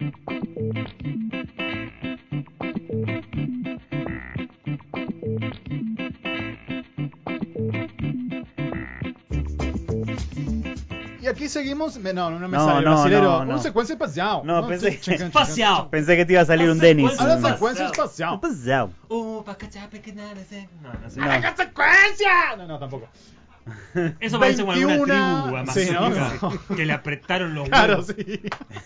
Y aquí seguimos. No me sale brasilero. No. Un secuencia espacial. No, pensé Espacial. Pensé que te iba a salir un Dennis. A la secuencia espacial. Espacial. No sé. ¡La secuencia! No, tampoco. Eso parece como alguna 21, tribu sí, amazónica que le apretaron los Claro, huevos. sí.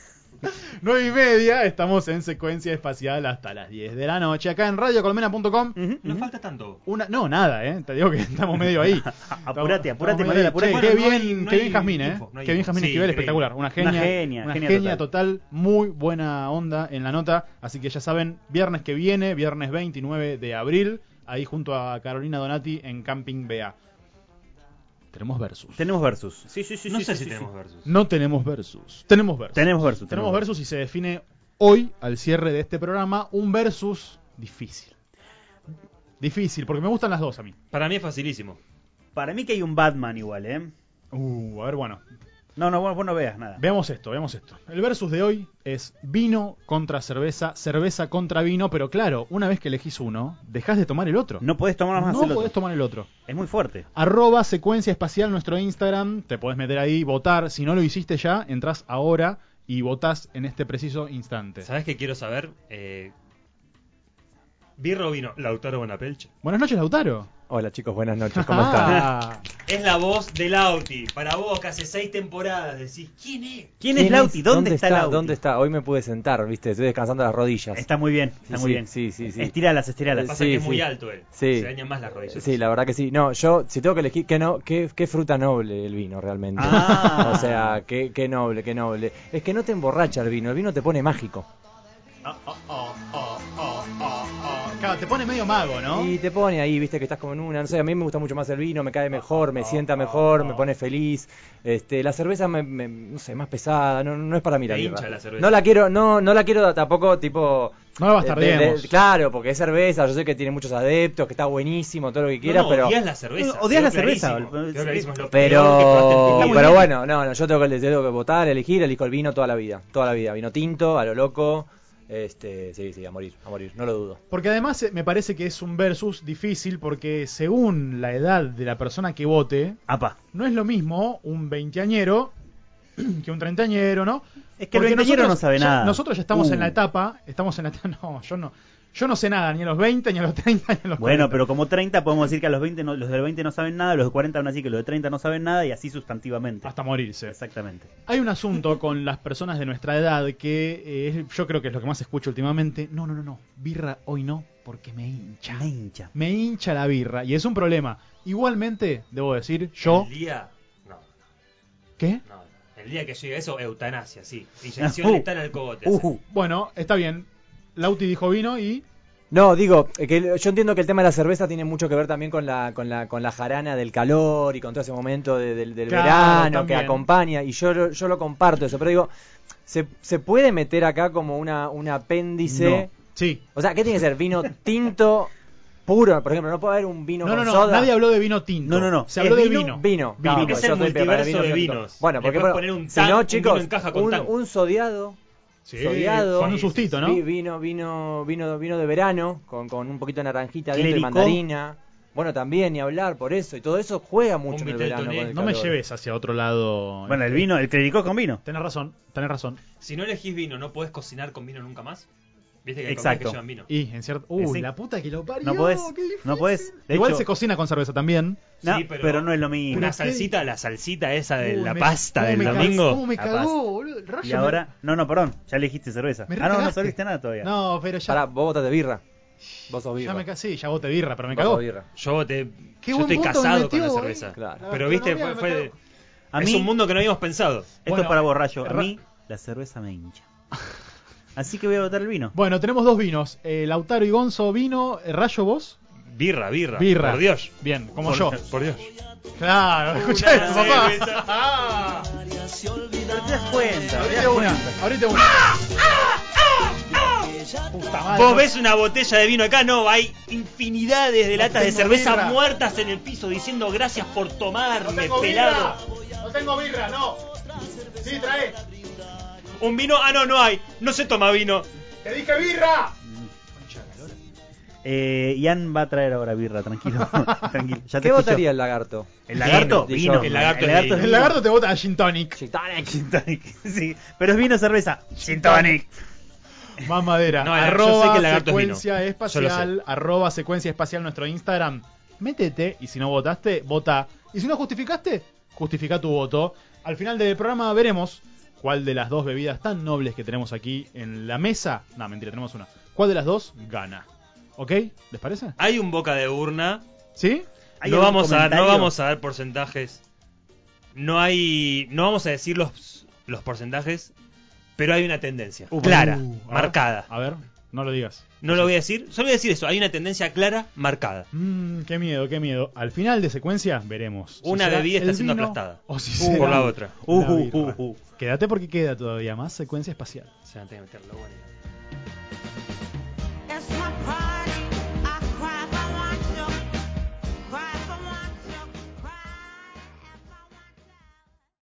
9:30, estamos en secuencia espacial hasta las 10 de la noche, acá en radiocolmena.com. Nos falta tanto. No, nada, te digo que estamos medio ahí. Apurate, Estamos Manuel, medio ahí. apurate. Che, Bueno, qué no hay- bien, no qué hay bien Jazmín, info, no hay qué bien info. Jazmín Sí, Esquivel, increíble. espectacular. Una genia total, muy buena onda en la nota. Así que ya saben, viernes que viene, viernes 29 de abril, ahí junto a Carolina Donati en Camping BA. Tenemos versus. Sí. No sé si tenemos versus. No tenemos versus. Tenemos versus. Tenemos versus y se define hoy, al cierre de este programa, un versus difícil. Difícil, porque me gustan las dos a mí. Para mí es facilísimo. Para mí que hay un Batman igual, ¿eh? A ver, bueno. No, vos no veas nada. Veamos esto. El versus de hoy es vino contra cerveza, cerveza contra vino, pero claro, una vez que elegís uno, dejás de tomar el otro. No podés tomar más No el podés otro. tomar el otro. Es muy fuerte. @secuencia espacial nuestro Instagram, te podés meter ahí, votar. Si no lo hiciste ya, entrás ahora y votás en este preciso instante. ¿Sabes qué quiero saber? ¿Birra o vino? Lautaro Bonapelche. Buenas noches, Lautaro. Hola chicos, buenas noches, ¿cómo están? Es la voz de Lauti. Para vos, que hace 6 temporadas decís, ¿quién es? ¿Quién es Lauti? ¿Dónde está Lauti? ¿Dónde está? Hoy me pude sentar, viste, estoy descansando las rodillas. Está muy bien, muy bien. Sí. Estíralas. Pasa Sí, que es muy sí. alto él. Sí. Se dañan más las rodillas. Sí, la verdad que sí. No, yo, si tengo que elegir, qué fruta noble el vino realmente. Ah. O sea, qué noble. Es que no te emborracha el vino te pone mágico. Claro, te pone medio mago, ¿no? Y te pone ahí, viste, que estás como en una, no sé, a mí me gusta mucho más el vino, me cae mejor, me sienta mejor, me pone feliz. La cerveza no sé, más pesada, no es para mí la Te birra. hincha la cerveza. No la quiero tampoco tipo. No la bastardeemos. Claro, porque es cerveza, yo sé que tiene muchos adeptos, que está buenísimo, todo lo que quieras, pero. Odias la cerveza. Odias la Quedó cerveza. clarísimo. Quedó clarísimo, es lo peor que probaste en tu vida. Pero bueno, no, yo tengo que votar, elijo el vino toda la vida, vino tinto, a lo loco. Sí, a morir, no lo dudo. Porque además me parece que es un versus difícil porque según la edad de la persona que vote, no es lo mismo un veinteañero que un treintañero, ¿no? Es que porque el veinteañero no sabe nada. Nosotros ya estamos en la etapa, no, yo no sé nada, ni a los 20, ni a los 30, ni a los 40. Bueno, pero como 30 podemos decir que a los 20 los del 20 no saben nada, los de 40 aún así que los de 30 no saben nada y así sustantivamente. Hasta morirse. Exactamente. Hay un asunto con las personas de nuestra edad que yo creo que es lo que más escucho últimamente. No, birra hoy no, porque me hincha. Me hincha la birra y es un problema. Igualmente, debo decir, yo... El día... No. ¿Qué? No. El día que llegue eso, eutanasia, sí. Inyección letal al cogote. Bueno, está bien. Lauti dijo vino y... No, digo, que yo entiendo que el tema de la cerveza tiene mucho que ver también con la jarana del calor y con todo ese momento del Claro, verano también. que acompaña, y yo lo comparto eso, pero digo, ¿se puede meter acá como un apéndice? No. Sí. O sea, ¿qué tiene que ser? ¿Vino tinto puro? Por ejemplo, no puede haber un vino con No, soda. nadie habló de vino tinto. No. Se habló de vino. Vino. Es el multiverso de vinos. Bueno, Le porque puedes poner un si tan, no, un chicos, vino en caja con tan. un sodiado. Sí, Sodiado, con un sustito, ¿no? Vino de verano, con un poquito de naranjita dentro y Clérico. mandarina. Bueno, también, ni hablar por eso. Y todo eso juega mucho en el Vitel verano. Toné. Con el No me calor. lleves hacia otro lado. Bueno, el vino, el clericó con vino. Tenés razón. Si no elegís vino, ¿no podés cocinar con vino nunca más? ¿Viste que hay Exacto. comidas que llevan vino? Y en cierto... Sí. la puta que lo parió. No podés. qué difícil. No podés. De Igual hecho, se cocina con cerveza también. no, Sí, pero no es lo mismo. Una ¿qué? salsita, la salsita esa de la Me- pasta ¿cómo del me domingo. ¿Cómo me La cagó, pasta. boludo? El rayo Y ahora, no, perdón, ya elegiste cerveza. me No recagaste. saliste nada todavía. No, pero ya... Pará, vos votas de birra. Vos sos birra. Ya voté birra, pero me Vos cagó. sos birra. Yo Qué buen estoy punto me casado metió, con la eh. cerveza. Claro. Pero viste, gastronomía me fue cagó. A es mí, un mundo que no habíamos pensado. esto Bueno, es para borracho. A mí, la cerveza me hincha. Así que voy a votar el vino. Bueno, tenemos dos vinos. Lautaro y Gonzo, vino. Rayo, vos. Birra. Birra. Por Dios. Bien, como Por- yo. Por Dios. Claro, escuchá eso, papá. cerveza. Ah. Pero te das cuenta. Ahorita una. Puta madre. Vos ves una botella de vino acá, no, hay infinidades de latas de tengo cerveza birra. muertas en el piso diciendo gracias por tomarme, No tengo pelado. birra. No tengo birra, no. Sí, trae. un vino. Ah, no hay. No se toma vino. ¡Te dije birra! Ian va a traer ahora birra, tranquilo. Tranquilo. Ya te ¿Qué escucho. votaría el lagarto? ¿El lagarto? Vino. El lagarto es vino. El lagarto te vota a Gin Tonic. Gin tonic. Gin tonic. Sí, pero es vino cerveza. Gin tonic. Más madera. No, yo sé arroba que el lagarto es secuencia vino. Yo espacial. Arroba secuencia espacial nuestro Instagram. Métete y si no votaste, vota. Y si no justificaste, justifica tu voto. Al final del programa veremos cuál de las dos bebidas tan nobles que tenemos aquí en la mesa. No, mentira, tenemos una. ¿Cuál de las dos gana? ¿Ok? ¿Les parece? Hay un boca de urna. ¿Sí? ¿Hay No algún vamos comentario? a dar porcentajes. No vamos a decir los porcentajes, pero hay una tendencia clara, a ver, marcada. A ver, no lo digas. No lo voy a decir, solo voy a decir eso, hay una tendencia clara, marcada. Qué miedo, qué miedo. Al final de secuencia veremos. si Una será bebida está el siendo vino aplastada o si será por la otra. una birra. Quédate porque queda todavía más secuencia espacial. Se van a tener que meter la buena.